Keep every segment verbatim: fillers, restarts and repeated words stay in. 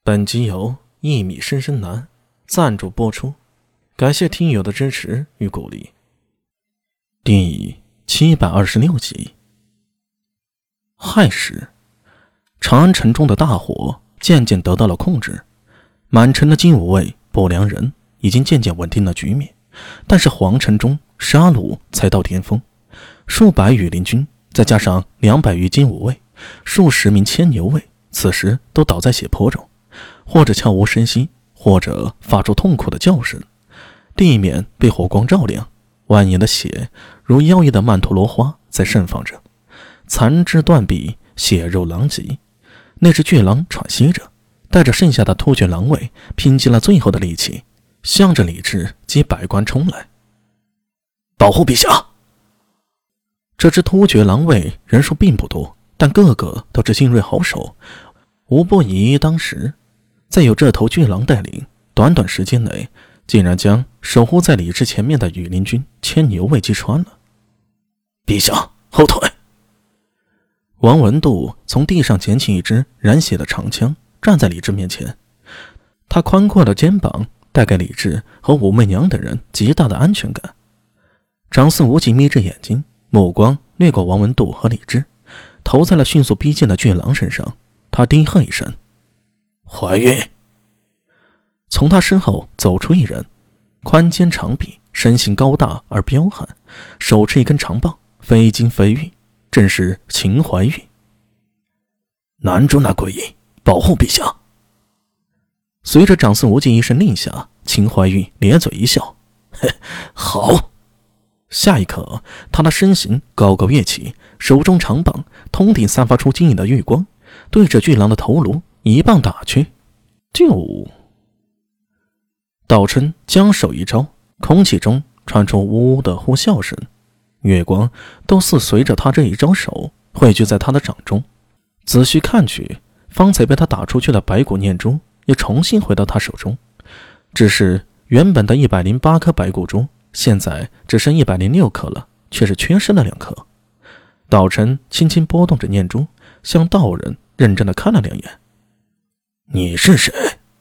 本集由一米深深蓝赞助播出，感谢听友的支持与鼓励。第七百二十六集。亥时，长安城中的大火渐渐得到了控制，满城的精武卫、不良人已经渐渐稳定了局面，但是皇城中杀戮才到巅峰，数百羽林军再加上两百余精武卫、数十名牵牛卫，此时都倒在血泊中，或者悄无声息，或者发出痛苦的叫声。地面被火光照亮，蜿蜒的血如妖异的曼陀罗花在盛放着，残肢断臂，血肉狼藉。那只巨狼喘息着，带着剩下的突厥狼卫拼尽了最后的力气，向着李治及百官冲来。保护陛下！这只突厥狼卫人数并不多，但个个都是精锐好手，无不以一当十。再有这头巨狼带领，短短时间内竟然将守护在李治前面的羽林军牵牛卫击穿了。陛下，后退！王文度从地上捡起一支染血的长枪，站在李治面前。他宽阔的肩膀带给李治和武媚娘等人极大的安全感。长孙无忌眯着眼睛，目光掠过王文度和李治，投在了迅速逼近的巨狼身上。他低喝一声：怀孕！从他身后走出一人，宽肩长臂，身形高大而彪悍，手持一根长棒，非金非玉，正是秦怀玉。拦住那诡异，保护陛下！随着长孙无忌一声令下，秦怀玉咧嘴一笑：嘿，好！下一刻，他的身形高高跃起，手中长棒通顶散发出晶莹的玉光，对着巨狼的头颅一棒打去。就道琛将手一招，空气中传出呜呜的呼啸声，月光都似随着他这一招手汇聚在他的掌中。仔细看去，方才被他打出去的白骨念珠也重新回到他手中，只是原本的一百零八颗白骨珠现在只剩一百零六颗了，却是缺失了两颗。道琛轻轻拨动着念珠，向道人认真地看了两眼。你是谁？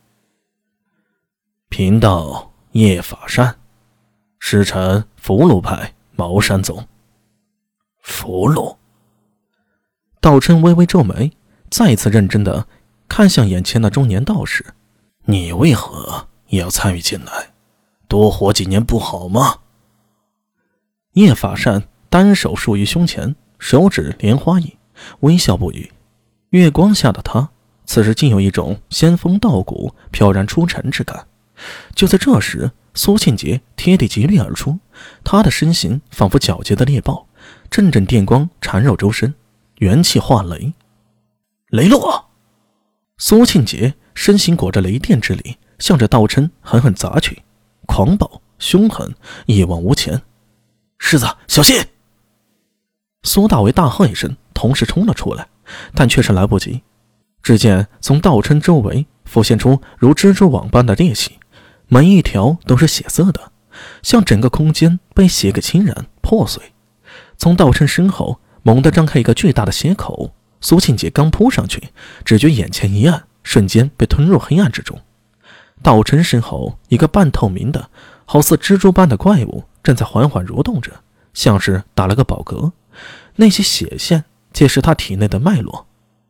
贫道叶法善，师承福禄派茅山宗。福禄？道琛微微皱眉，再一次认真地看向眼前的中年道士。你为何也要参与进来？多活几年不好吗？叶法善单手束于胸前，手指莲花印，微笑不语。月光下的他此时竟有一种仙风道骨，飘然出尘之感。就在这时，苏庆杰贴地疾掠而出，他的身形仿佛皎洁的猎豹，阵阵电光缠绕周身，元气化雷。雷落！苏庆杰身形裹着雷电之力，向着道琛狠狠砸去，狂暴凶狠，一往无前。世子，小心！苏大为大喝一声，同时冲了出来，但却是来不及。只见从道琛周围浮现出如蜘蛛网般的裂隙，每一条都是血色的，像整个空间被血给侵染破碎。从道琛身后猛地张开一个巨大的血口，苏庆杰刚扑上去，只觉眼前一暗，瞬间被吞入黑暗之中。道琛身后一个半透明的好似蜘蛛般的怪物正在缓缓蠕动着，像是打了个饱嗝，那些血线皆是他体内的脉络。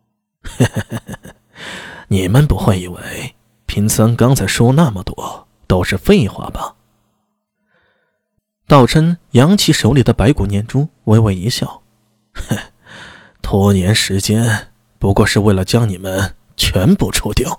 你们不会以为贫僧刚才说那么多都是废话吧？道琛扬起手里的白骨念珠，微微一笑：多年时间不过是为了将你们全部除掉。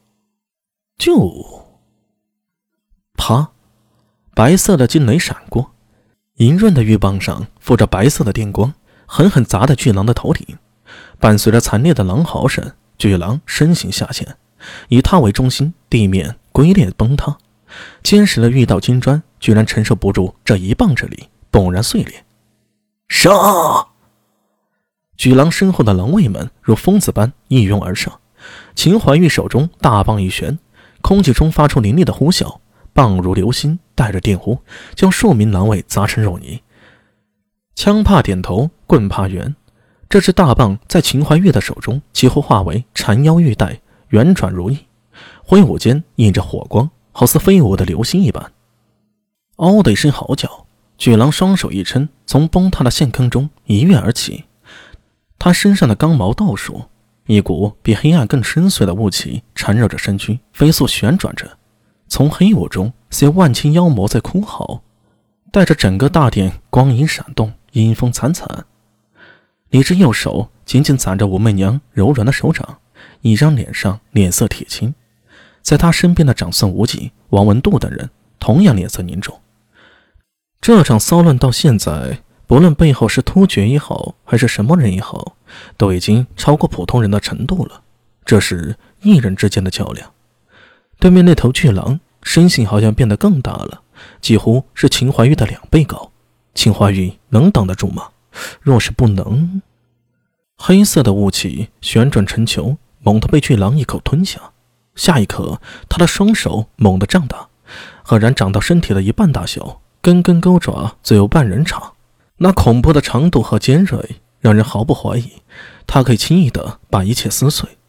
就啪，白色的金雷闪过，莹润的玉棒上附着白色的电光，狠狠砸在巨狼的头顶。伴随着惨烈的狼嚎声，巨狼身形下陷，以他为中心，地面龟裂崩塌，坚实的玉道金砖居然承受不住这一棒之力，崩然碎裂。杀！巨狼身后的狼卫们如疯子般一拥而上，秦怀玉手中大棒一旋，空气中发出凌厉的呼啸，棒如流星，带着电弧，将数名狼卫砸成肉泥。枪怕点头，棍怕圆，这支大棒在秦怀玉的手中几乎化为缠腰玉带，圆转如意， 挥舞间映着火光，好似飞舞的流星一般。嗷的一声嚎叫，巨狼双手一撑，从崩塌的陷坑中一跃而起。他身上的刚毛倒竖，一股比黑暗更深邃的雾气缠绕着身躯，飞速旋转着。从黑雾中似有万千妖魔在哭嚎，带着整个大殿光影闪动，阴风惨惨。李治右手紧紧攥着武媚娘柔软的手掌，一张脸上脸色铁青。在他身边的长孙无忌、王文度等人同样脸色凝重。这场骚乱到现在，不论背后是突厥也好，还是什么人也好，都已经超过普通人的程度了。这是一人之间的较量。对面那头巨狼身形好像变得更大了，几乎是秦怀玉的两倍高。秦怀玉能挡得住吗？若是不能……黑色的雾气旋转成球，猛地被巨狼一口吞下。下一刻，他的双手猛地胀大，赫然长到身体的一半大小，根根钩爪最有半人长。那恐怖的长度和尖锐，让人毫不怀疑，他可以轻易地把一切撕碎。